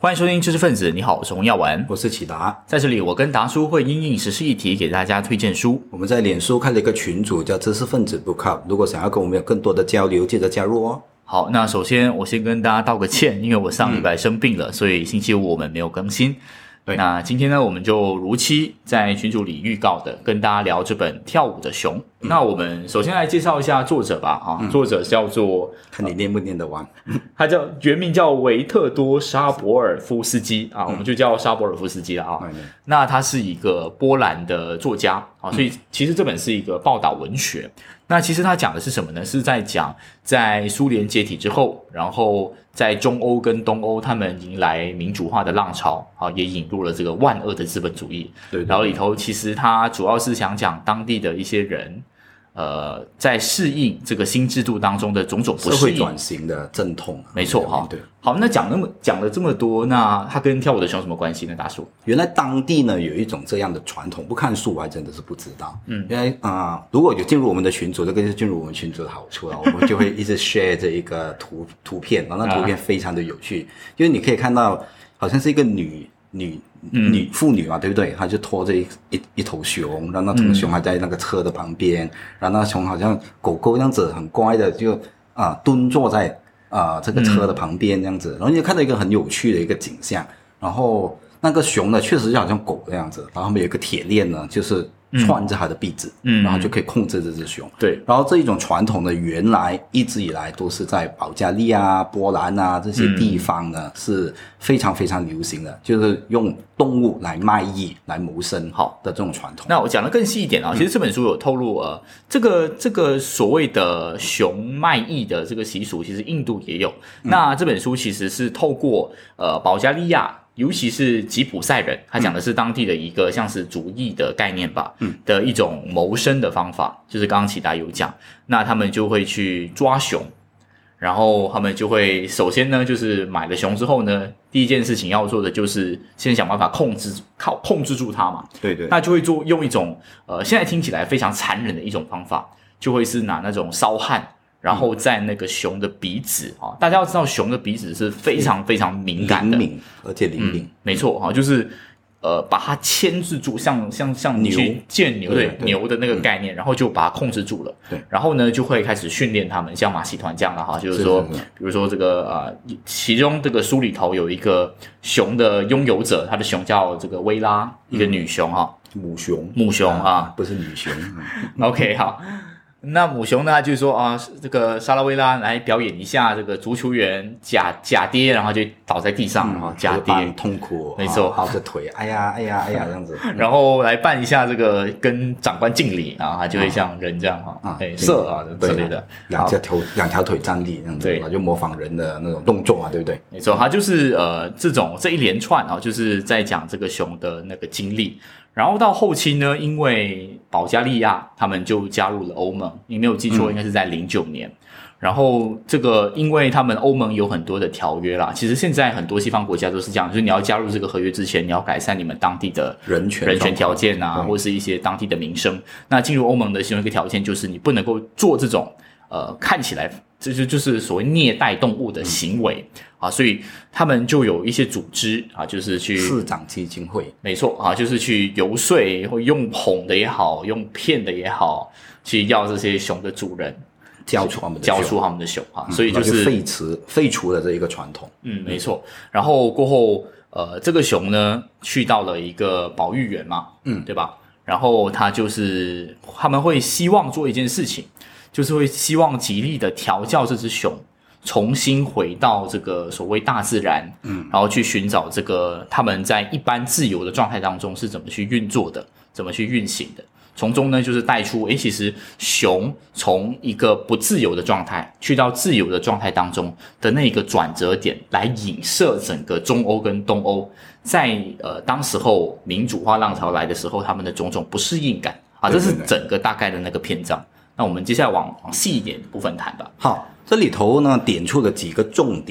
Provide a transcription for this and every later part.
欢迎收听知识分子，你好，我是洪耀文， 我是启达。 在这里我跟达叔会因应时事议题给大家推荐书。 我们在脸书开了一个群组叫知识分子 Book Club， 如果想要跟我们有更多的交流，记得加入哦。 好，那首先我先跟大家道个歉，因为我上礼拜生病了，所以星期五我们没有更新。 对， 那今天呢，我们就如期在群组里预告的跟大家聊这本《跳舞的熊》。那我们首先来介绍一下作者吧。作者叫做看你念不念得完。 他原名叫维特多·沙博尔夫斯基我们就叫沙博尔夫斯基了那他是一个波兰的作家所以其实这本是一个报道文学。那其实他讲的是什么呢？是在讲在苏联解体之后，然后在中欧跟东欧他们迎来民主化的浪潮也引入了这个万恶的资本主义。 对， 然后里头其实他主要是想讲当地的一些人在适应这个新制度当中的种种不适应， 社会转型的阵痛。 没错对。好，那讲了这么多，那它跟跳舞的熊有什么关系呢？大叔， 原来当地呢有一种这样的传统，不看书我还真的是不知道。因为如果有进入我们的群组，这个就是进入我们群组的好处我们就会一直 share 这一个图片，然后那图片非常的有趣，因为你可以看到好像是一个妇女嘛，对不对？她就拖着一头熊，然后那头熊还在那个车的旁边，然后那熊好像狗狗这样子很乖的就蹲坐在这个车的旁边这样子，然后你就看到一个很有趣的一个景象。然后那个熊呢确实就好像狗这样子，然后他们有一个铁链呢就是串着它的鼻子，然后就可以控制这只熊。 对， 然后这一种传统呢，原来一直以来都是在保加利亚、波兰这些地方呢，是非常非常流行的，就是用动物来卖艺、来谋生好的这种传统。 那我讲得更细一点其实这本书有透露这个所谓的熊卖艺的这个习俗，其实印度也有。那这本书其实是透过保加利亚。尤其是吉普赛人，他讲的是当地的一个像是主义的概念吧，的一种谋生的方法，就是刚刚启达有讲，那他们就会去抓熊，然后他们就会首先呢，就是买了熊之后呢，第一件事情要做的就是先想办法控制住它嘛， 对对， 那就会用一种现在听起来非常残忍的一种方法，就会是拿那种烧焊。然后在那个熊的鼻子大家要知道熊的鼻子是非常非常敏感的， 灵敏而且灵敏， 没错就是把它牵制住，像你去见牛，对牛的那个概念，然后就把它控制住了。 对， 然后呢就会开始训练他们，像马戏团这样的就是说，比如说这个其中这个书里头有一个熊的拥有者，他的熊叫这个薇拉，一个女熊母熊不是女熊。 OK 好。那母熊呢，他就说这个莎拉薇拉来表演一下这个足球员假跌，然后就倒在地上假跌， 痛苦， 没错， 抱着腿，哎呀这样子， 然后来扮一下这个跟长官敬礼他就会像人这样射之类的， 两条腿站立这样子，对，就模仿人的那种动作对不对？ 没错，他就是这一连串就是在讲这个熊的那个经历。然后到后期呢，因为保加利亚他们就加入了欧盟，你没有记错应该是在09年。然后这个因为他们欧盟有很多的条约啦，其实现在很多西方国家都是这样，就是你要加入这个合约之前，你要改善你们当地的人权条件或是一些当地的民生。那进入欧盟的其中一个条件就是你不能够做这种看起来就是所谓虐待动物的行为所以他们就有一些组织就是去市长基金会， 没错就是去游说，或用哄的也好，用骗的也好，去要这些熊的主人交出他们的熊所以就是废除了这一个传统。 没错。然后过后这个熊呢去到了一个保育园嘛，对吧？然后他们会希望做一件事情，就是会希望极力的调教这只熊重新回到这个所谓大自然，然后去寻找这个他们在一般自由的状态当中是怎么去运作的，怎么去运行的。从中呢就是带出其实熊从一个不自由的状态去到自由的状态当中的那个转折点，来影射整个中欧跟东欧在当时候民主化浪潮来的时候他们的种种不适应感这是整个大概的那个篇章。那我们接下来往细一点的部分谈吧。 好，这里头呢点出了几个重点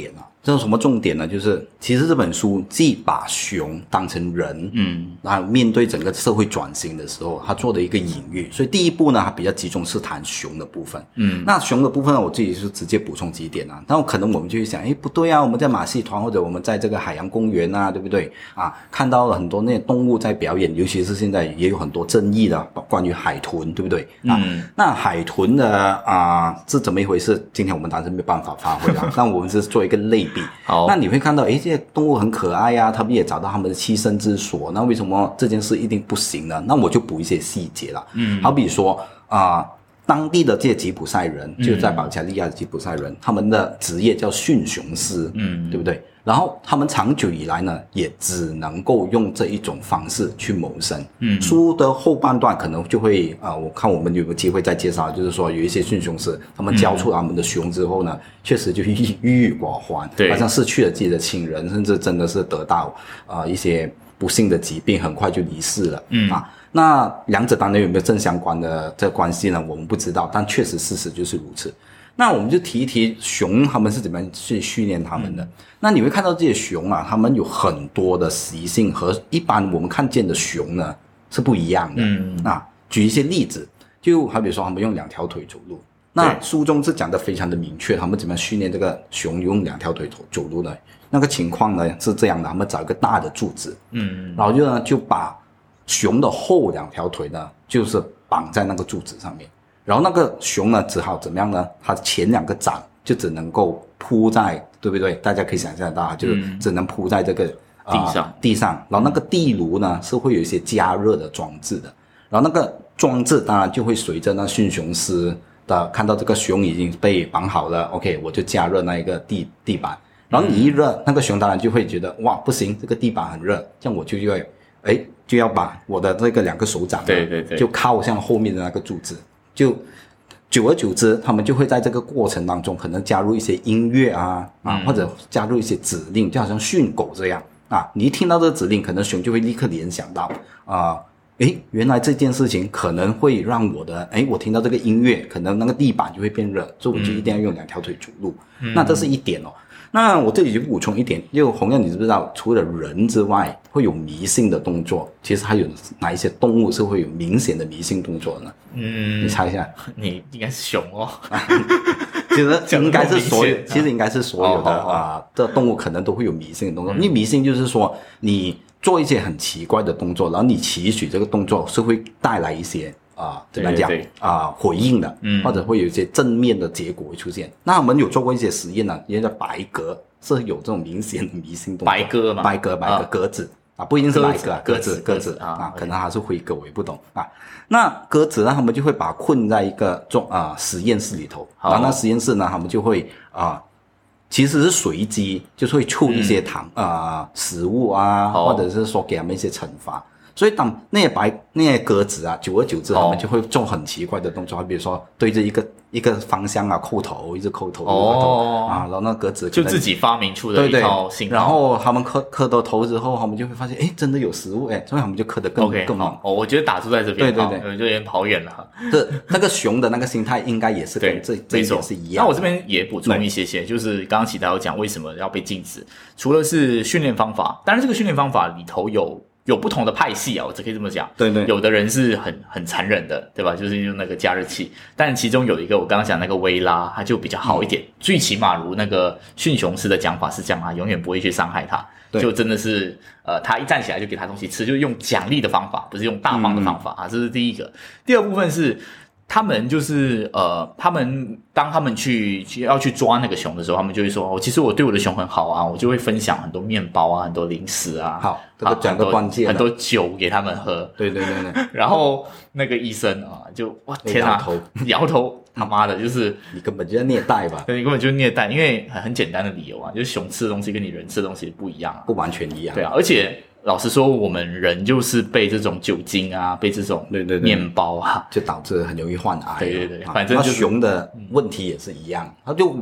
这有什么重点呢？就是其实这本书既把熊当成人，那面对整个社会转型的时候，他做的一个隐喻。所以第一步呢，他比较集中是谈熊的部分。那熊的部分呢，我自己是直接补充几点啊。那可能我们就会想，不对啊，我们在马戏团或者我们在这个海洋公园啊，对不对啊？看到了很多那些动物在表演，尤其是现在也有很多争议的关于海豚，对不对？那海豚的是怎么一回事？今天我们当然是没办法发挥啦。那我们是做一个类比。那你会看到，这些动物很可爱啊，他们也找到他们的栖身之所。那为什么这件事一定不行呢？那我就补一些细节了。好比说当地的这些吉普赛人，就在保加利亚的吉普赛人，他们的职业叫驯熊师，对不对？然后他们长久以来呢，也只能够用这一种方式去谋生。书的后半段可能就会我看我们有没有机会再介绍，就是说有一些驯熊师，他们交出他们的熊之后呢，确实就郁郁寡欢，好像失去了自己的亲人，甚至真的是得到一些不幸的疾病，很快就离世了。那两者当然有没有正相关的这关系呢？我们不知道，但确实事实就是如此。那我们就提一提熊他们是怎么样去训练他们的。那你会看到这些熊啊，他们有很多的习性和一般我们看见的熊呢是不一样的。举一些例子，就好比说他们用2条腿走路。那书中是讲得非常的明确，他们怎么样训练这个熊用2条腿走路呢？那个情况呢是这样的，他们找一个大的柱子，然后就把熊的后2条腿呢就是绑在那个柱子上面。然后那个熊呢只好怎么样呢？它前2个掌就只能够铺在，对不对？大家可以想象到，就是只能铺在这个地上。然后那个地炉呢是会有一些加热的装置的。然后那个装置当然就会随着那驯熊师的看到这个熊已经被绑好了 ，OK， 我就加热那一个地板。然后你一热，那个熊当然就会觉得哇不行，这个地板很热，这样我就会就要把我的这个2个手掌就靠向后面的那个柱子。就久而久之，他们就会在这个过程当中可能加入一些音乐或者加入一些指令，就好像训狗这样你一听到这个指令，可能熊就会立刻联想到原来这件事情可能会让我听到这个音乐，可能那个地板就会变热，所以我就一定要用2条腿走路。那这是一点哦。那我这里就补充一点，就洪亮，你知不知道除了人之外会有迷信的动作，其实还有哪一些动物是会有明显的迷信动作呢？你猜一下。 你应该是熊哦。 其实应该是所有的这动物可能都会有迷信的动作。因为迷信就是说你做一些很奇怪的动作，然后你期许这个动作是会带来一些怎么讲回应的，或者会有一些正面的结果会出现。那我们有做过一些实验呢，因为白鸽是有这种明显的迷信动作。 白鸽嘛， 白鸽鸽子不一定是白鸽，鸽子可能还是灰鸽，我也不懂那鸽子呢，他们就会把它困在一个实验室里头，然后那实验室呢，他们就会其实是随机，就是会出一些食物或者是说给他们一些惩罚。所以当那些鸽子久而久之，他们就会做很奇怪的动作，比如说对着一个方向叩头，一直叩头然后那鸽子就自己发明出的一套信号。 然后他们磕到头之后，他们就会发现真的有食物所以他们就磕得更猛。 我觉得打出在这边， 对， 就有点跑远了。 那个熊的那个心态应该也是跟这一点是一样的。 那我这边也补充一些，就是刚刚其他有讲为什么要被禁止，除了是训练方法，当然这个训练方法里头有不同的派系我只可以这么讲。 对， 有的人是很残忍的，对吧？就是用那个加热器，但其中有一个我刚刚讲那个威拉，它就比较好一点。最起码如那个驯熊师的讲法是这样，他永远不会去伤害他，就真的是他一站起来就给他东西吃，就是用奖励的方法，不是用大方的方法这是第一个。第二部分是他们就是当他们要去抓那个熊的时候，他们就会说其实我对我的熊很好我就会分享很多面包很多零食好，这个讲个关键， 很多酒给他们喝。 对。 然后那个医生就哇天摇头他妈的，就是你根本就在虐待吧？ 对，你根本就是虐待，因为很简单的理由就是熊吃的东西跟你人吃的东西不一样不完全一样。 对而且老实说，我们人就是被这种酒精被这种面包就导致很容易患癌。 对，反正熊的问题也是一样，他就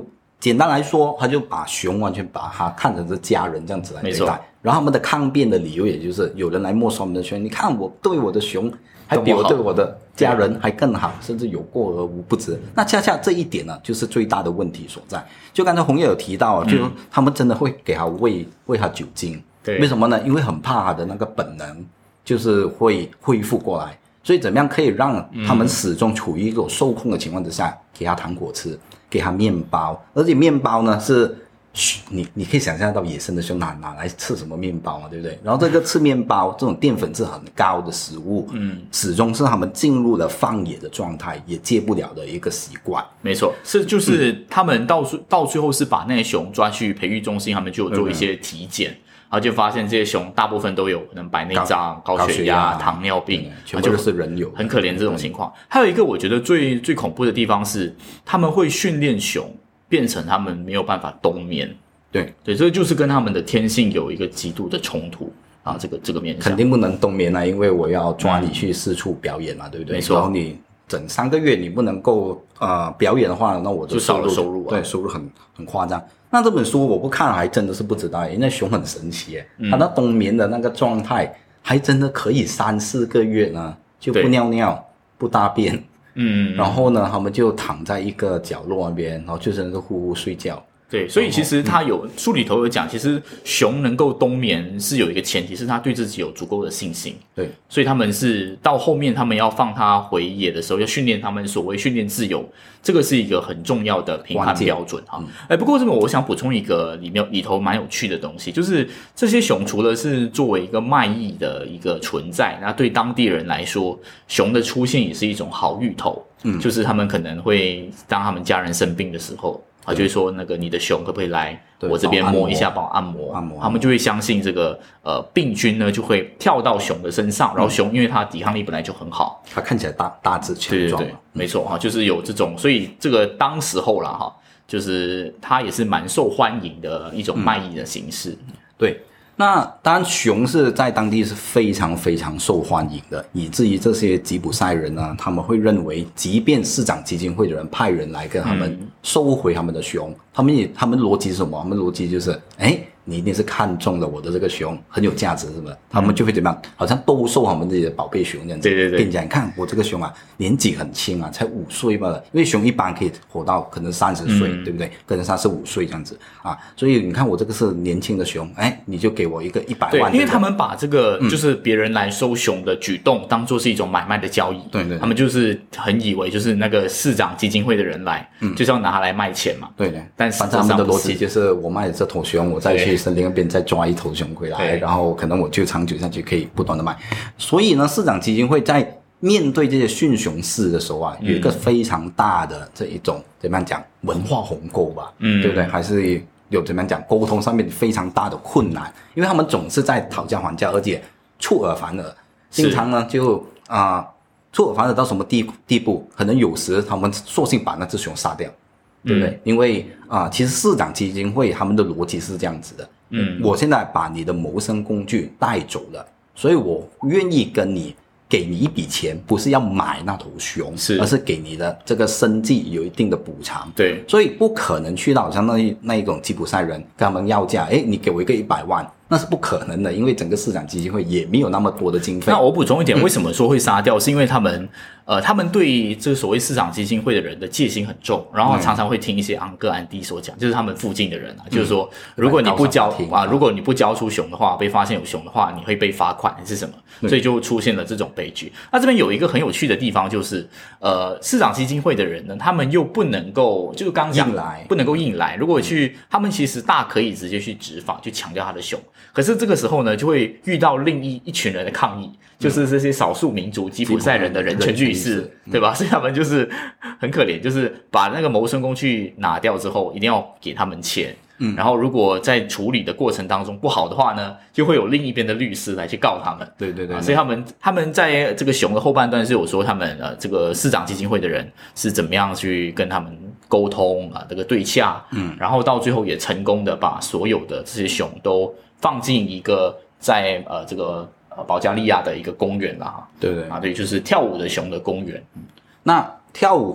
简单来说，他就把熊完全把它看成是家人这样子来对没错待。然后他们的抗辩的理由也就是有人来没收我们的熊，你看我对我的熊还比我对我的家人还更好，甚至有过而无不及。那恰恰这一点呢，就是最大的问题所在。就刚才红叶有提到，就是他们真的会给他喂他酒精， 对， 为什么呢？因为很怕他的那个本能就是会恢复过来。所以怎么样可以让他们始终处于一种受控的情况之下，给他糖果吃，给他面包，而且面包呢是你可以想象到野生的熊哪来吃什么面包嘛，对不对？然后这个吃面包这种淀粉质很高的食物，始终是他们进入了放野的状态也戒不了的一个习惯。 没错，就是他们到最后是把那些熊抓去培育中心，他们就有做一些体检。然后就发现这些熊大部分都有可能白内障、高血压、糖尿病， 全部都是人有， 很可怜这种情况。还有一个我觉得最恐怖的地方是，他们会训练熊变成他们没有办法冬眠。对，这就是跟他们的天性有一个极度的冲突啊。这个面向肯定不能冬眠啊，因为我要抓你去四处表演嘛，对不对？ 没错。 然后你整3个月你不能够表演的话，那我就少了收入啊。 对，收入很夸张。那这本书我不看还真的是不知道，因为熊很神奇耶，它那冬眠的那个状态还真的可以3-4个月呢，就不尿尿不大便，然后呢他们就躺在一个角落那边，然后就真的是呼呼睡觉。 对，所以其实他书里头有讲，其实熊能够冬眠是有一个前提，是他对自己有足够的信心。 对， 所以他们是到后面他们要放他回野的时候，要训练他们所谓训练自由，这个是一个很重要的评判标准哈。不过这边我想补充一个里头蛮有趣的东西，就是这些熊除了是作为一个卖艺的一个存在，那对当地人来说，熊的出现也是一种好芋头。就是他们可能会当他们家人生病的时候。就会说那个你的熊可不可以来我这边摸一下，帮我按摩？他们就会相信这个病菌呢就会跳到熊的身上，然后熊因为它抵抗力本来就很好， 它看起来大致强壮。 对，没错哈，就是有这种，所以这个当时候啦哈，就是它也是蛮受欢迎的一种卖艺的形式。 对。那当然熊是在当地是非常非常受欢迎的，以至于这些吉普赛人呢，他们会认为即便市长基金会的人派人来跟他们收回他们的熊，他们逻辑是什么？他们逻辑就是你一定是看中了我的这个熊很有价值，是不是？他们就会怎么样？好像兜售他们自己的宝贝熊这样子。 对， 跟你讲，你看我这个熊啊，年纪很轻啊，才5岁罢了。因为熊一般可以活到可能30岁，对不对？可能35岁这样子啊。所以你看我这个是年轻的熊，你就给我一个100万。 对，因为他们把这个就是别人来收熊的举动当作是一种买卖的交易。 对， 他们就是很以为就是那个市长基金会的人来，就是要拿它来卖钱嘛。 对， 但实际上他们的逻辑就是我卖了这头熊，我再去森林那边再抓一头熊回来，然后可能我就长久下去可以不断的卖。所以呢，市长基金会在面对这些驯熊事的时候啊，有一个非常大的这一种怎么样讲文化鸿沟吧，对不对？还是有怎么样讲沟通上面非常大的困难，因为他们总是在讨价还价，而且出尔反尔，经常呢就出尔反尔到什么地步？可能有时他们索性把那只熊杀掉。对不对？因为其实市长基金会他们的逻辑是这样子的，我现在把你的谋生工具带走了，所以我愿意给你一笔钱，不是要买那头熊，而是给你的这个生计有一定的补偿。 对， 所以不可能去到好像那一种吉普赛人跟他们要价，你给我一个100万。那是不可能的，因为整个市长基金会也没有那么多的经费。 那我补充一点，为什么说会杀掉？是因为他们对这个所谓市长基金会的人的戒心很重，然后常常会听一些昂哥安迪所讲，就是他们附近的人就是说，如果你不交出熊的话，被发现有熊的话，你会被罚款还是什么？所以就出现了这种悲剧。那这边有一个很有趣的地方，就是市长基金会的人呢，他们又不能够，就是刚讲不能够硬来。如果他们其实大可以直接去执法，去抢掉他的熊。可是这个时候呢，就会遇到另一群人的抗议，就是这些少数民族吉普赛人的人权律师，对吧？所以他们就是很可怜，就是把那个谋生工具拿掉之后，一定要给他们钱。然后如果在处理的过程当中不好的话呢，就会有另一边的律师来去告他们。 对， 所以他们在这个熊的后半段是有说他们这个市长基金会的人是怎么样去跟他们沟通这个对洽，然后到最后也成功的把所有的这些熊都放进一个在这个保加利亚的一个公园啦。对，就是跳舞的熊的公园。 那跳舞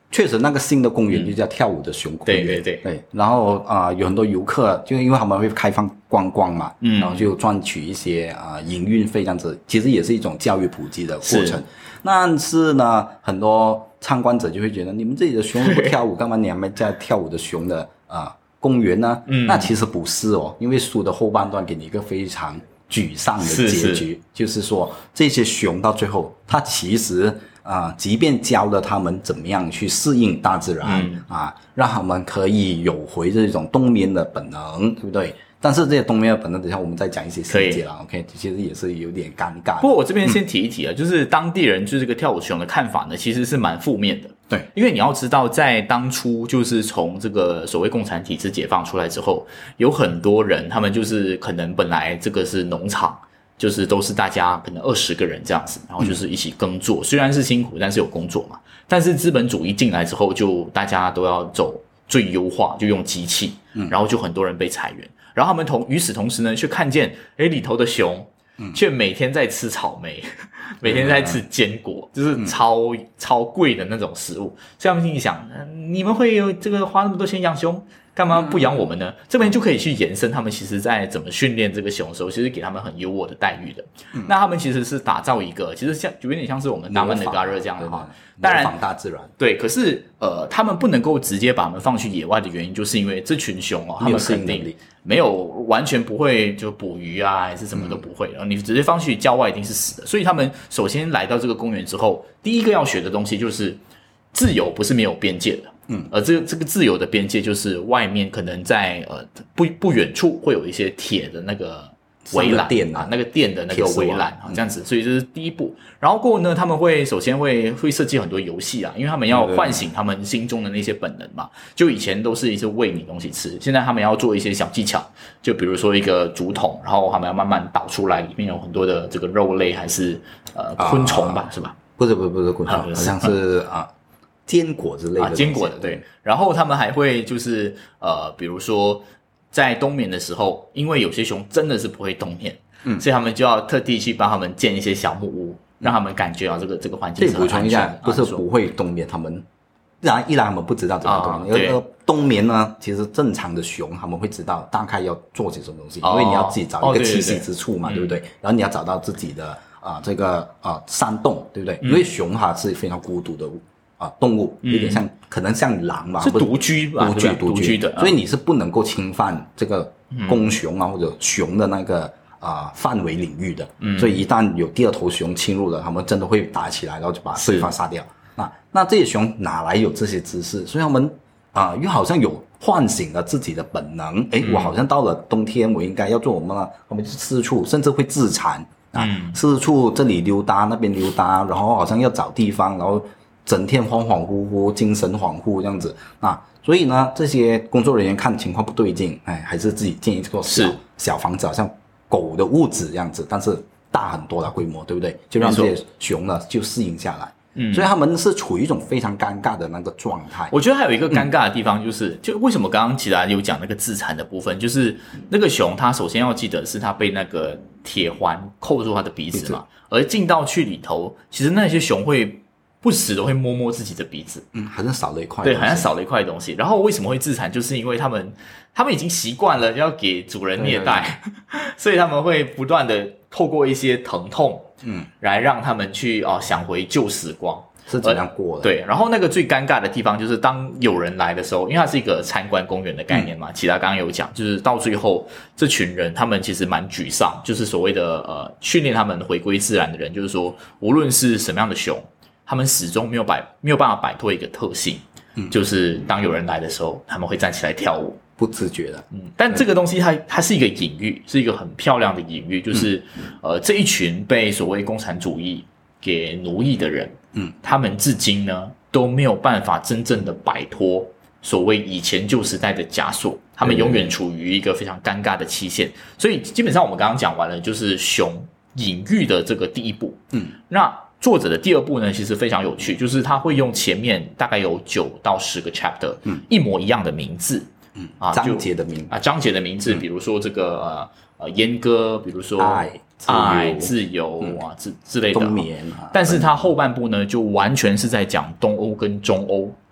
确实那个新的公园就叫跳舞的熊公园，对，然后有很多游客，就因为他们会开放观光嘛，然后就赚取一些营运费这样子，其实也是一种教育普及的过程。但是呢，很多参观者就会觉得，你们这里的熊不跳舞，干嘛你们在跳舞的熊的公园呢？那其实不是哦，因为书的后半段给你一个非常沮丧的结局，就是说这些熊到最后，它其实即便教了他们怎么样去适应大自然让他们可以有回这种冬眠的本能，对不对？但是这些冬眠的本能，等一下我们再讲一些细节啦 ，OK， 其实也是有点尴尬。 不过我这边先提一提就是当地人对这个跳舞熊的看法呢，其实是蛮负面的。 对， 因为你要知道，在当初就是从这个所谓共产体制解放出来之后，有很多人他们就是可能本来这个是农场，就是都是大家可能20个人这样子，然后就是一起耕作，虽然是辛苦，但是有工作嘛。但是资本主义进来之后，就大家都要走最优化，就用机器，然后就很多人被裁员。然后他们与此同时呢，却看见里头的熊却每天在吃草莓，每天在吃坚果，就是超贵的那种食物。所以他们心里想，你们会有这个花那么多钱养熊，干嘛不养我们呢？这边就可以去延伸他们其实在怎么训练这个熊的时候，其实给他们很优渥的待遇的。那他们其实是打造一个，其实像有点像是我们达曼的嘎热这样的哈。当然， 模仿大自然。 对，可是他们不能够直接把他们放去野外的原因，就是因为这群熊他们肯定没有完全不会就捕鱼还是什么都不会，然后你直接放去郊外一定是死的。所以他们首先来到这个公园之后，第一个要学的东西就是自由不是没有边界的。这个自由的边界就是外面可能在不远处会有一些铁的那个围栏那个电的那个围栏这样子，所以这是第一步。然后过后呢，他们首先会设计很多游戏因为他们要唤醒他们心中的那些本能嘛。就以前都是一直喂你东西吃，现在他们要做一些小技巧，就比如说一个竹筒，然后他们要慢慢倒出来，里面有很多的这个肉类还是昆虫吧，是吧？ 不是昆虫，好像是坚果之类的坚果的对。然后他们还会就是比如说在冬眠的时候，因为有些熊真的是不会冬眠，所以他们就要特地去帮他们建一些小木屋，让他们感觉到这个环境是很安全的。补充一下， 不是不会冬眠，他们一来他们不知道怎么冬眠，冬眠呢，其实正常的熊他们会知道大概要做些什么东西，因为你要自己找一个栖息之处嘛，对不对？然后你要找到自己的这个山洞，对不对？因为熊它是非常孤独的动物，有点像可能像狼吧， 是独居的， 所以你是不能够侵犯这个公熊或者熊的那个范围领域的。所以一旦有第二头熊侵入了，他们真的会打起来，然后就把对方杀掉。那这些熊哪来有这些知识？所以他们又好像有唤醒了自己的本能。我好像到了冬天，我应该要做什么呢？他们就四处，甚至会自残四处这里溜达那边溜达，然后好像要找地方，然后整天恍恍惚惚，精神恍惚这样子所以呢，这些工作人员看情况不对劲，还是自己建一个小房子，好像狗的屋子这样子，但是大很多的规模，对不对？就让这些熊呢就适应下来。所以他们是处于一种非常尴尬的那个状态。 我觉得还有一个尴尬的地方就为什么刚刚其他有讲那个自残的部分，就是那个熊它首先要记得是它被那个铁环扣住它的鼻子嘛，而进到去里头，其实那些熊会不时的会摸自己的鼻子， 好像少了一块， 对，好像少了一块东西。然后为什么会自残，就是因为他们已经习惯了要给主人虐待，所以他们会不断的透过一些疼痛，来让他们去想回旧时光是怎样过的。 对，然后那个最尴尬的地方就是当有人来的时候，因为它是一个参观公园的概念嘛，其他刚刚有讲，就是到最后这群人他们其实蛮沮丧，就是所谓的训练他们回归自然的人，就是说无论是什么样的熊，他们始终没有办法摆脱一个特性，就是当有人来的时候，他们会站起来跳舞， 不自觉的。 但这个东西它是一个隐喻，是一个很漂亮的隐喻，就是这一群被所谓共产主义给奴役的人，他们至今呢都没有办法真正的摆脱所谓以前旧时代的枷锁，他们永远处于一个非常尴尬的期限。所以基本上我们刚刚讲完了，就是熊隐喻的这个第一步。那作者的第二部呢，其实非常有趣，就是他会用前面大概有9到10个 chapter，一模一样的名字， 章节的名字，比如说这个阉割，比如说爱、自由之类的。 冬眠但是他后半部呢，就完全是在讲东欧跟中欧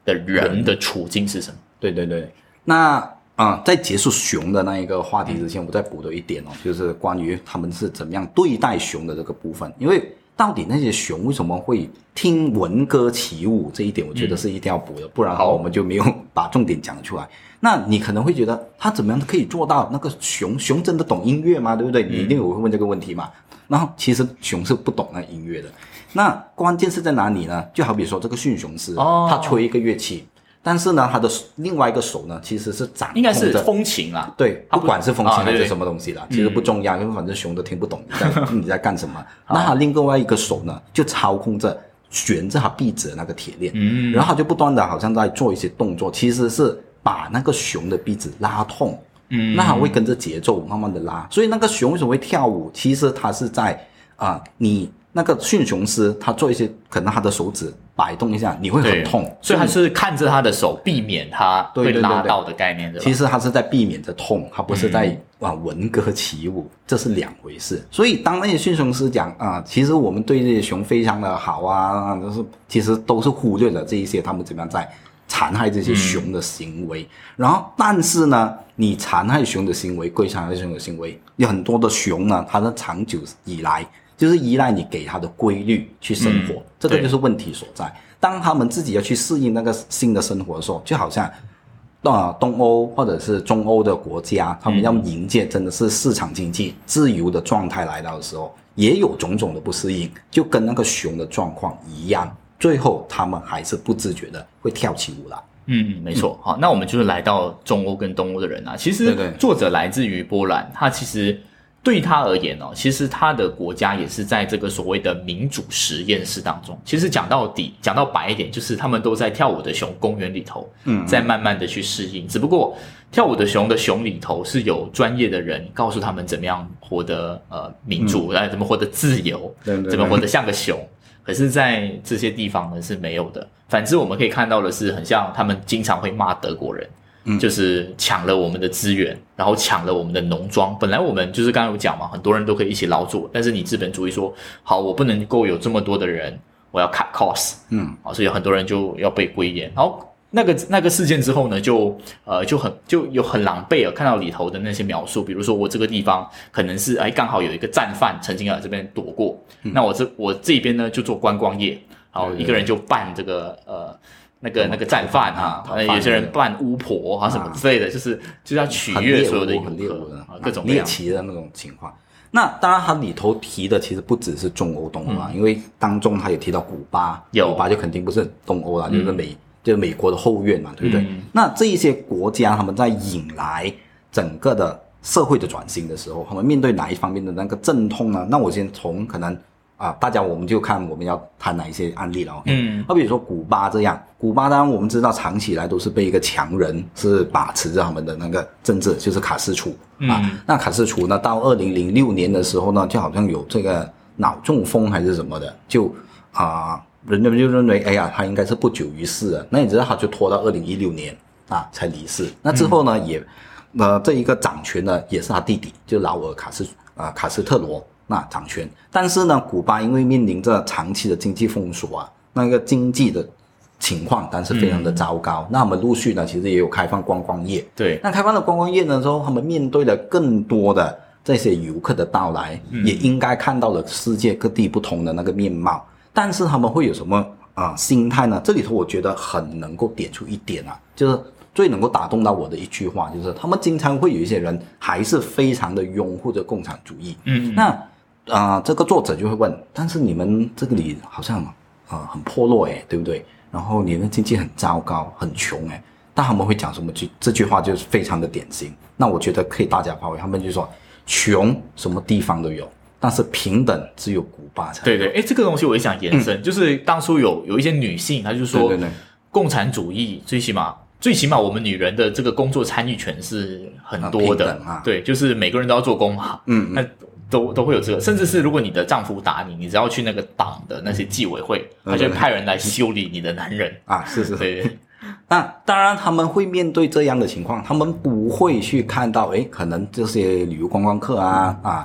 的人的处境是什么？ 对对对，那在结束熊的那一个话题之前，我再补多一点就是关于他们是怎么样对待熊的这个部分。因为到底那些熊为什么会听闻歌起舞，这一点我觉得是一定要补的，不然我们就没有把重点讲出来。那你可能会觉得他怎么样可以做到那个熊真的懂音乐吗？对不对？你一定有会问这个问题嘛。然后其实熊是不懂那音乐的。那关键是在哪里呢？就好比说这个驯熊师，他吹一个乐器，但是呢，他的另外一个手呢，其实是掌控着， 应该是风琴啦。 对，不管是风琴还是什么东西啦，其实不重要，因为反正熊都听不懂你在干什么。那他另外一个手呢，就操控着悬着他臂子的那个铁链，然后他就不断的好像在做一些动作，其实是把那个熊的臂子拉痛。那他会跟着节奏慢慢的拉，所以那个熊为什么会跳舞？其实他是在你那个驯熊师他做一些可能他的手指摆动一下，你会很痛， 所以他是看着他的手避免他会拉到的概念。对， 其实他是在避免着痛，他不是在闻歌起舞，这是两回事。所以当那些驯熊师讲其实我们对这些熊非常的好就是其实都是忽略了这一些他们怎么样在残害这些熊的行为。然后但是呢，你残害熊的行为归残害熊的行为，有很多的熊呢，它的长久以来就是依赖你给它的规律去生活，这个就是问题所在。当他们自己要去适应那个新的生活的时候，就好像东欧或者是中欧的国家，他们要迎接真的是市场经济自由的状态来到的时候，也有种种的不适应，就跟那个熊的状况一样，最后他们还是不自觉的会跳起舞来。 没错。好，那我们就是来到中欧跟东欧的人其实作者来自于波兰，他其实对他而言其实他的国家也是在这个所谓的民主实验室当中。其实讲到白一点，就是他们都在跳舞的熊公园里头，在慢慢的去适应。只不过跳舞的熊里头是有专业的人告诉他们怎么样活得民主，怎么活得自由，怎么活得像个熊。可是在这些地方呢是没有的。反之我们可以看到的是，很像他们经常会骂德国人，就是抢了我们的资源，然后抢了我们的农庄。本来我们就是刚刚有讲嘛，很多人都可以一起劳作，但是你资本主义说好，我不能够有这么多的人，我要 cut cost， 所以很多人就要被归延。然后那个事件之后呢，就有很狼狈看到里头的那些描述，比如说我这个地方可能是刚好有一个战犯曾经在这边躲过，那我这边呢就做观光业，然后一个人就扮这个那个战犯有些人扮巫婆什么之类的，就是要取悦所有的游客，各种猎奇的那种情况。那当然，它里头提的其实不只是中欧、东欧因为当中它也提到古巴，古巴就肯定不是东欧啦，就是美国的后院嘛，对不对？那这一些国家他们在引来整个的社会的转型的时候，他们面对哪一方面的那个阵痛呢？那我先从可能大家我们就看我们要谈哪一些案例了。好比如说古巴这样，古巴当然我们知道长期以来都是被一个强人是把持着他们的那个政治，就是卡斯楚那卡斯楚呢，到2006年的时候呢，就好像有这个脑中风还是什么的，就人们就认为他应该是不久于世了。那你知道他就拖到2016年才离世。那之后呢这一个掌权呢也是他弟弟，就劳尔卡斯特罗掌权。但是呢古巴因为面临着长期的经济封锁那个经济的情况但是非常的糟糕。那我们陆续呢其实也有开放观光业。 对， 那开放了观光业的时候，他们面对了更多的这些游客的到来，也应该看到了世界各地不同的那个面貌。但是他们会有什么心态呢？这里头我觉得很能够点出一点就是最能够打动到我的一句话，就是他们经常会有一些人还是非常的拥护着共产主义。那这个作者就会问，但是你们这个里好像很破落对不对？然后你们经济很糟糕，很穷但他们会讲什么？这句话就是非常的典型。那我觉得可以大家发挥，他们就说穷什么地方都有，但是平等只有古巴才有。 对，这个东西我也想延伸，就是当初有一些女性，她就说共产主义最起码我们女人的这个工作参与权是很多的对，就是每个人都要做工嘛。那都会有这个，甚至是如果你的丈夫打你，你只要去那个党的那些纪委会，他就会派人来修理你的男人是对。 那当然他们会面对这样的情况，他们不会去看到可能这些旅游观光客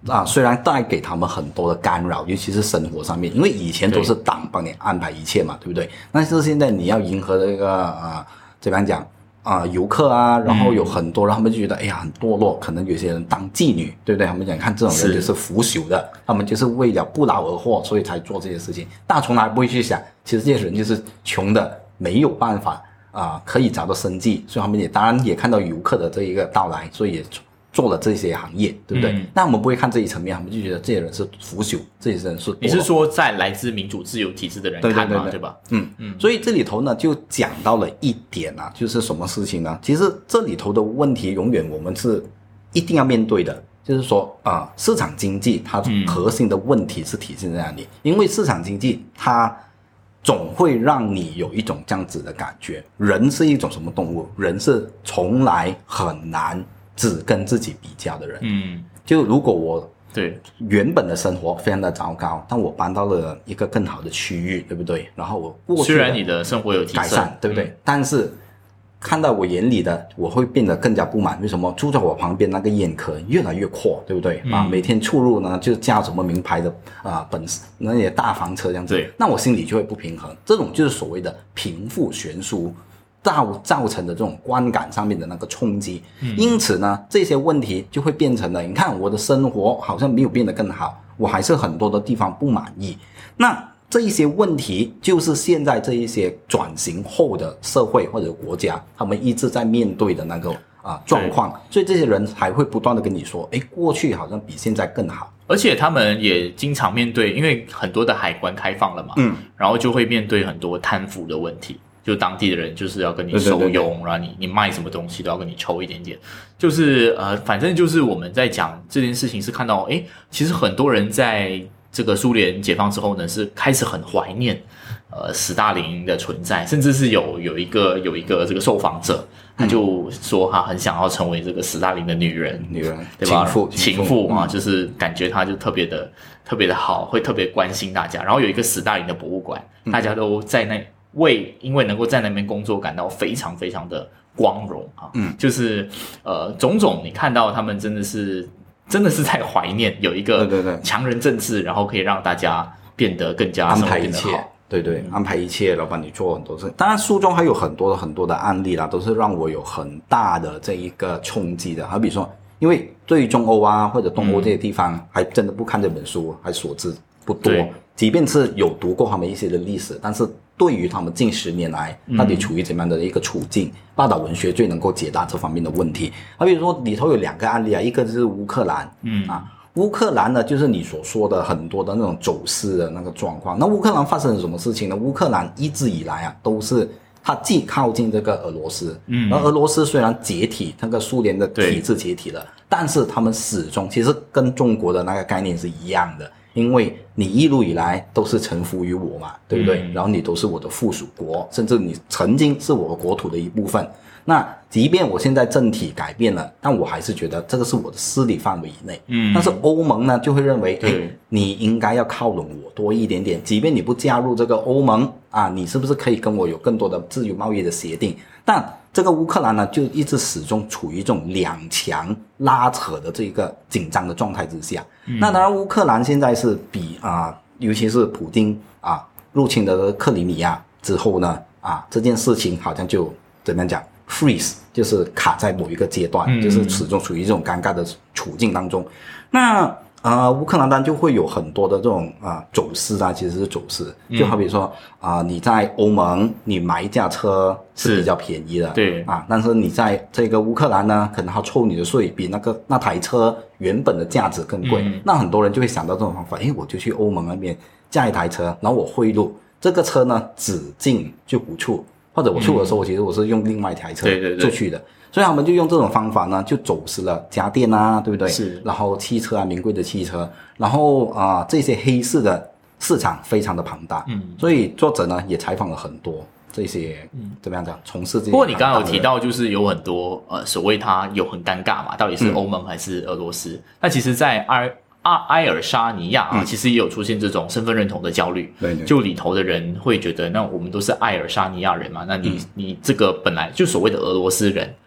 虽然带给他们很多的干扰，尤其是生活上面，因为以前都是党帮你安排一切嘛，对不对？但是现在你要迎合这个怎么样讲游客啊，然后有很多人他们就觉得哎呀很堕落，可能有些人当妓女，对不对？他们讲看这种人就是腐朽的，他们就是为了不劳而获，所以才做这些事情。但从来不会去想，其实这些人就是穷的没有办法可以找到生计，所以他们也当然也看到游客的这一个到来，所以也做了这些行业，对不对？那我们不会看这一层面，我们就觉得这些人是腐朽，这些人是堕落。 你是说在来自民主自由体制的人看嘛，对吧？ 所以这里头呢就讲到了一点就是什么事情呢？其实这里头的问题永远我们是一定要面对的，就是说市场经济它核心的问题是体现在哪里？因为市场经济它总会让你有一种这样子的感觉，人是一种什么动物？人是从来很难只跟自己比较的人。就如果我对原本的生活非常的糟糕，但我搬到了一个更好的区域，对不对？然后我过去虽然你的生活有提升改善，对不对？但是看到我眼里的，我会变得更加不满。为什么？住在我旁边那个眼科越来越阔，对不对？每天出入呢就驾什么名牌的那些大房车这样子，那我心里就会不平衡。这种就是所谓的贫富悬殊造成的这种观感上面的那个冲击。因此呢这些问题就会变成了，你看我的生活好像没有变得更好，我还是很多的地方不满意。那这一些问题就是现在这一些转型后的社会或者国家他们一直在面对的那个状况，所以这些人还会不断的跟你说过去好像比现在更好。 而且他们也经常面对，因为很多的海关开放了嘛，然后就会面对很多贪腐的问题，就当地的人就是要跟你收佣，然后你卖什么东西都要跟你抽一点点，就是反正就是我们在讲这件事情是看到其实很多人在这个苏联解放之后呢，是开始很怀念斯大林的存在，甚至是有一个这个受访者，他就说他很想要成为这个斯大林的女人，对吧？情妇嘛，就是感觉他就特别的好，会特别关心大家。然后有一个斯大林的博物馆，大家都在因为能够在那边工作感到非常非常的光荣就是种种你看到他们真的是在怀念有一个强人政治，然后可以让大家变得更加安排一切，对，安排一切，然后帮你做很多事。当然书中还有很多的案例啦，都是让我有很大的这一个冲击的。好比说，因为对于中欧或者东欧这些地方还真的不看这本书，还所知不多，即便是有读过他们一些的历史，但是对于他们近10年来到底处于怎么样的一个处境，报道文学最能够解答这方面的问题。好比如说里头有2个案例一个就是乌克兰乌克兰呢就是你所说的很多的那种走私的那个状况。那乌克兰发生了什么事情呢？乌克兰一直以来都是它既靠近这个俄罗斯，而俄罗斯虽然解体，那个苏联的体制解体了，但是他们始终其实跟中国的那个概念是一样的，因为你一路以来都是臣服于我嘛，对不对？然后你都是我的附属国，甚至你曾经是我国土的一部分。那即便我现在政体改变了，但我还是觉得这个是我的势力范围以内。但是欧盟呢就会认为你应该要靠拢我多一点点，即便你不加入这个欧盟你是不是可以跟我有更多的自由贸易的协定？但这个乌克兰呢就一直始终处于这种两强拉扯的这个紧张的状态之下。那当然乌克兰现在是比尤其是普丁入侵的克里米亚之后呢这件事情好像就怎么样讲freeze， 就是卡在某一个阶段，就是始终处于这种尴尬的处境当中。那乌克兰当然就会有很多的这种走私其实是走私，就好比说你在欧盟你买一架车是比较便宜的， 对但是你在这个乌克兰呢，可能他抽你的税比那台车原本的价值更贵。那很多人就会想到这种方法，我就去欧盟那边驾一台车，然后我汇入这个车呢只进就不出，或者我出的时候其实我是用另外一台车出去的。所以他们就用这种方法呢就走私了家电对不对？是。然后汽车名贵的汽车，然后这些黑市的市场非常的庞大。所以作者呢也采访了很多这些怎么样讲从事这些。 不过你刚刚有提到就是有很多所谓它有很尴尬嘛，到底是欧盟还是俄罗斯？那其实在埃尔沙尼亚其实也有出现这种身份认同的焦虑。 对， 就里头的人会觉得那我们都是埃尔沙尼亚人嘛，那你这个本来就所谓的俄罗斯人，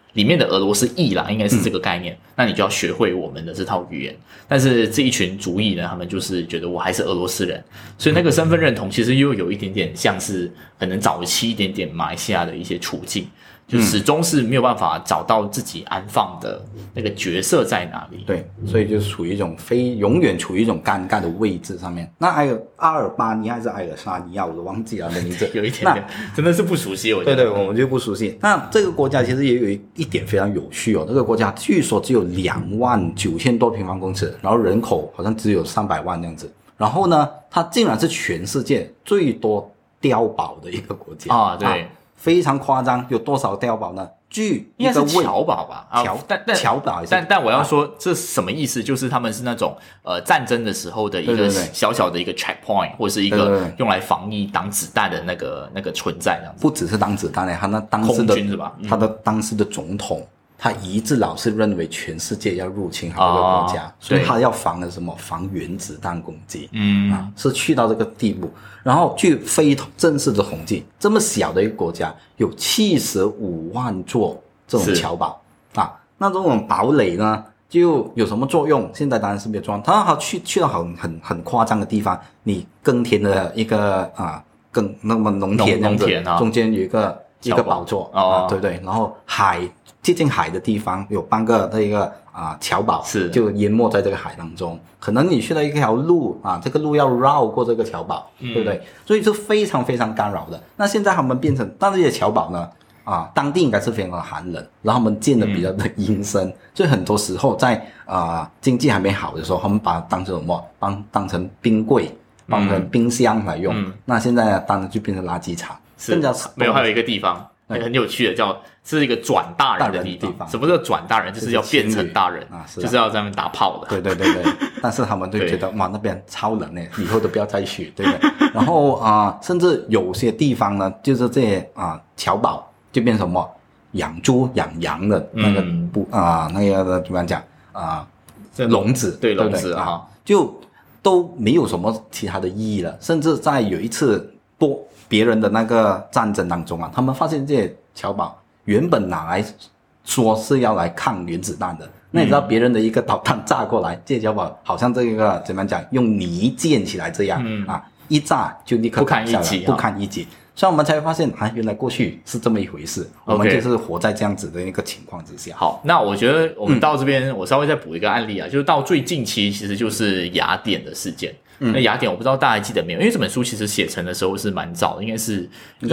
里面的俄罗斯裔啦，应该是这个概念，那你就要学会我们的这套语言。但是这一群族裔呢，他们就是觉得我还是俄罗斯人，所以那个身份认同其实又有一点点像是可能早期一点点马来西亚的一些处境。就始终是没有办法找到自己安放的那个角色在哪里。 对，所以就处于一种永远处于一种尴尬的位置上面。那还有阿尔巴尼还是埃尔沙尼亚，我都忘记了的名字， 有一点点真的是不熟悉。我觉得对，我们就不熟悉。那这个国家其实也有一点非常有趣哦，这个国家据说只有29000多平方公尺，然后人口好像只有300万这样子。然后呢，它竟然是全世界最多碉堡的一个国家啊，对。 非常夸张，有多少碉堡呢？据应该是侨堡吧， 侨堡， 但我要说这什么意思？就是他们是那种战争的时候的一个小小的一个 checkpoint， 或是一个用来防疫挡子弹的那个存在这样子。 不只是挡子弹他那当时的空军是吧？他的当时的总统，他一致老是认为全世界要入侵好多国家，所以他要防的什么？防原子弹攻击。是去到这个地步。然后据非正式的统计，这么小的一个国家有75万座这种侨堡啊。那这种堡垒呢，就有什么作用？现在当然是没有作用。他去到很夸张的地方，你耕田的一个那么农田这样子，中间有一个宝座对不对？然后接近海的地方有半个这个侨堡，就淹没在这个海当中。可能你去了一条路这个路要绕过这个侨堡，对不对？所以是非常非常干扰的。那现在他们变成，但这些侨堡呢当地应该是非常的寒冷，然后他们建的比较的阴森，所以很多时候在经济还没好的时候，他们把它当成什么？当成冰柜，当成冰箱来用。那现在呢，当然就变成垃圾场。更加没有，还有一个地方很有趣的，是一个转大人的地方。什么叫转大人？就是要变成大人就是要在那边打炮的。 对。但是他们就觉得哇，那边超冷呢，以后都不要再去，对不对？然后甚至有些地方呢，就是这些侨堡就变成什么养猪养羊的那个那个怎么样讲笼子， 对笼子就都没有什么其他的意义了。甚至在有一次别人的那个战争当中他们发现这些侨堡原本拿来说是要来抗原子弹的，那你知道别人的一个导弹炸过来，这些侨堡好像这个怎么样讲，用泥建起来这样一炸就立刻不堪一击。所以我们才发现原来过去是这么一回事，我们就是活在这样子的一个情况之下。 好，那我觉得我们到这边我稍微再补一个案例就是到最近期其实就是雅典的事件。那雅典我不知道大家还记得没有，因为这本书其实写成的时候是蛮早的，应该是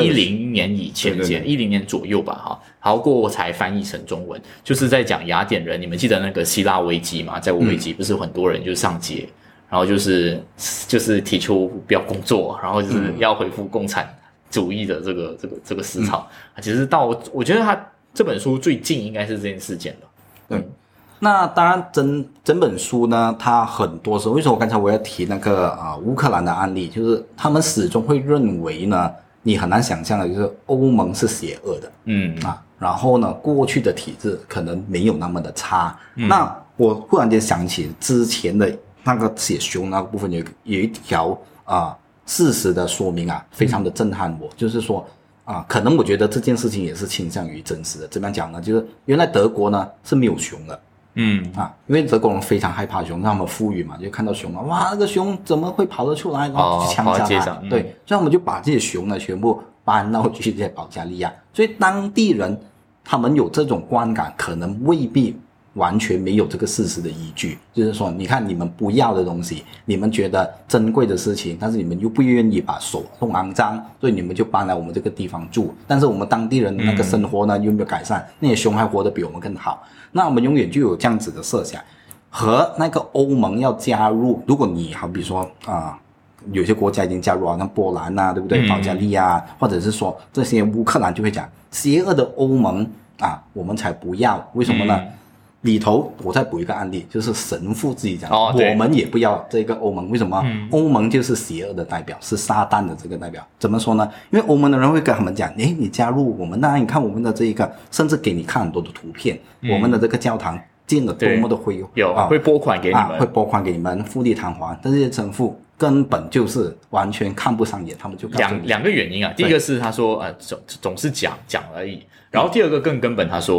10年以前10年左右吧然后过后才翻译成中文，就是在讲雅典人。你们记得那个希腊危机吗？债务危机不是很多人就上街，然后就是提出不要工作，然后就是要恢复共产主义的这个思潮。其实我觉得他这本书最近应该是这件事件的。 对。那当然整本书呢，它很多时候，为什么刚才我要提那个乌克兰的案例，就是他们始终会认为呢，你很难想象的就是欧盟是邪恶的。然后呢，过去的体制可能没有那么的差。那我忽然间想起之前的那个写熊那个部分有一条事实的说明非常的震撼我，就是说可能我觉得这件事情也是倾向于真实的。怎么样讲呢？就是原来德国呢是没有熊的。因为德国人非常害怕熊，让他们富裕嘛，就看到熊哇，那个熊怎么会跑得出来，然后去枪杀它。对，所以我们就把这些熊呢全部搬到去这些保加利亚。所以当地人他们有这种观感，可能未必完全没有这个事实的依据。就是说，你看你们不要的东西，你们觉得珍贵的事情，但是你们又不愿意把手弄肮脏，所以你们就搬来我们这个地方住。但是我们当地人那个生活呢又没有改善，那些熊还活得比我们更好。那我们永远就有这样子的设想，和那个欧盟要加入，如果你好比说有些国家已经加入像波兰对不对？保加利亚，或者是说这些乌克兰就会讲邪恶的欧盟我们才不要。为什么呢？里头我再补一个案例，就是神父自己讲我们也不要这个欧盟。为什么？欧盟就是邪恶的代表，是撒旦的这个代表。怎么说呢？因为欧盟的人会跟他们讲你加入我们，那你看我们的这个，甚至给你看很多的图片，我们的这个教堂建得多么的辉煌，会拨款给你们， 会拨款给你们，富丽堂皇。但这些神父根本就是完全看不上眼，他们就告诉你两个原因第一个是他说总是讲而已，然后第二个更根本，他说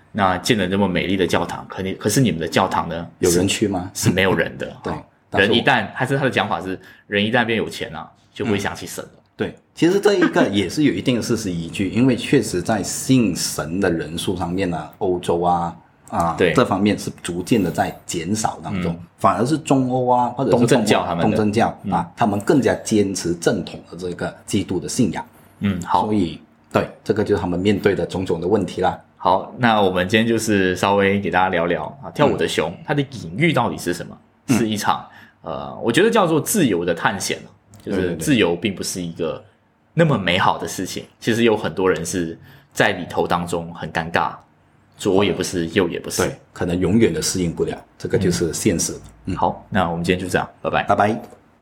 那建了那么美丽的教堂，可是你们的教堂呢， 有人去吗？ 是没有人的。 对， 人一旦他的讲法是，人一旦变有钱了，就会想起神了。 对，其实这一个也是有一定的事实依据，因为确实在信神的人数上面呢，欧洲对这方面是逐渐的在减少当中，反而是中欧或者是东正教他们更加坚持正统的这个基督的信仰。 好， 所以对，这个就是他们面对的种种的问题啦。 好，那我们今天就是稍微给大家聊聊跳舞的熊，它的隐喻到底是什么？是一场我觉得叫做自由的探险，就是自由并不是一个那么美好的事情，其实有很多人是在里头当中很尴尬，左也不是，右也不是， 对，可能永远的适应不了，这个就是现实。 好，那我们今天就这样，拜拜， 拜拜。